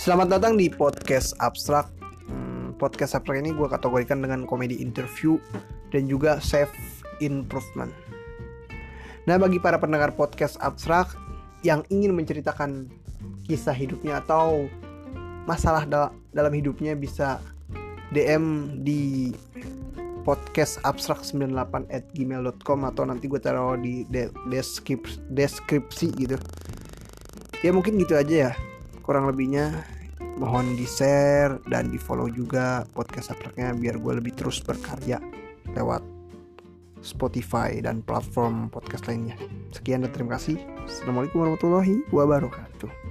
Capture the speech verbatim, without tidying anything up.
Selamat datang di podcast abstrak. hmm, Podcast abstrak ini gue kategorikan dengan komedi interview dan juga self improvement. Nah, bagi para pendengar podcast abstrak yang ingin menceritakan kisah hidupnya atau masalah dal- dalam hidupnya, bisa D M di podcast abstrak sembilan puluh delapan at gmail dot com atau nanti gue taruh di de- deskripsi, deskripsi gitu. Ya mungkin gitu aja ya. Kurang lebihnya mohon di share dan di follow juga podcast abstraknya biar gue lebih terus berkarya lewat Spotify dan platform podcast lainnya. Sekian dan terima kasih. Assalamualaikum warahmatullahi wabarakatuh.